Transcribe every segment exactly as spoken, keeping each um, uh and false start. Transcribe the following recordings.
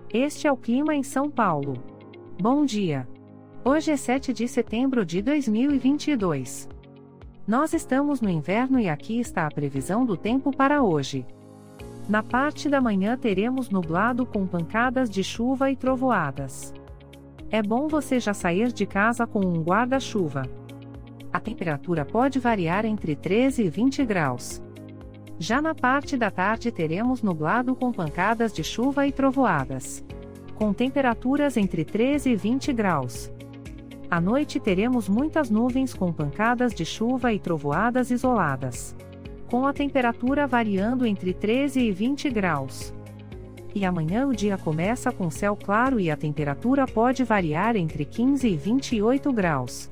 Este é o clima em São Paulo. Bom dia. Hoje é sete de setembro de dois mil e vinte e dois. Nós estamos no inverno e aqui está a previsão do tempo para hoje. Na parte da manhã teremos nublado com pancadas de chuva e trovoadas. É bom você já sair de casa com um guarda-chuva. A temperatura pode variar entre treze e vinte graus. Já na parte da tarde teremos nublado com pancadas de chuva e trovoadas. Com temperaturas entre treze e vinte graus. À noite teremos muitas nuvens com pancadas de chuva e trovoadas isoladas. Com a temperatura variando entre treze e vinte graus. E amanhã o dia começa com céu claro e a temperatura pode variar entre quinze e vinte e oito graus.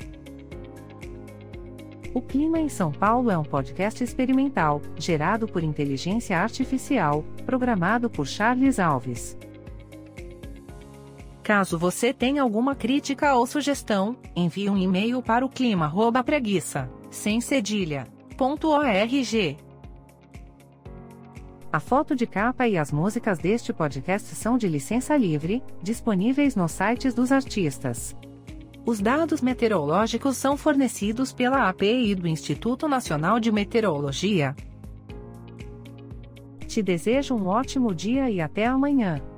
O Clima em São Paulo é um podcast experimental, gerado por inteligência artificial, programado por Charles Alves. Caso você tenha alguma crítica ou sugestão, envie um e-mail para o clima arroba preguiça, sem cedilha, ponto org. A foto de capa e as músicas deste podcast são de licença livre, disponíveis nos sites dos artistas. Os dados meteorológicos são fornecidos pela A P I do Instituto Nacional de Meteorologia. Te desejo um ótimo dia e até amanhã.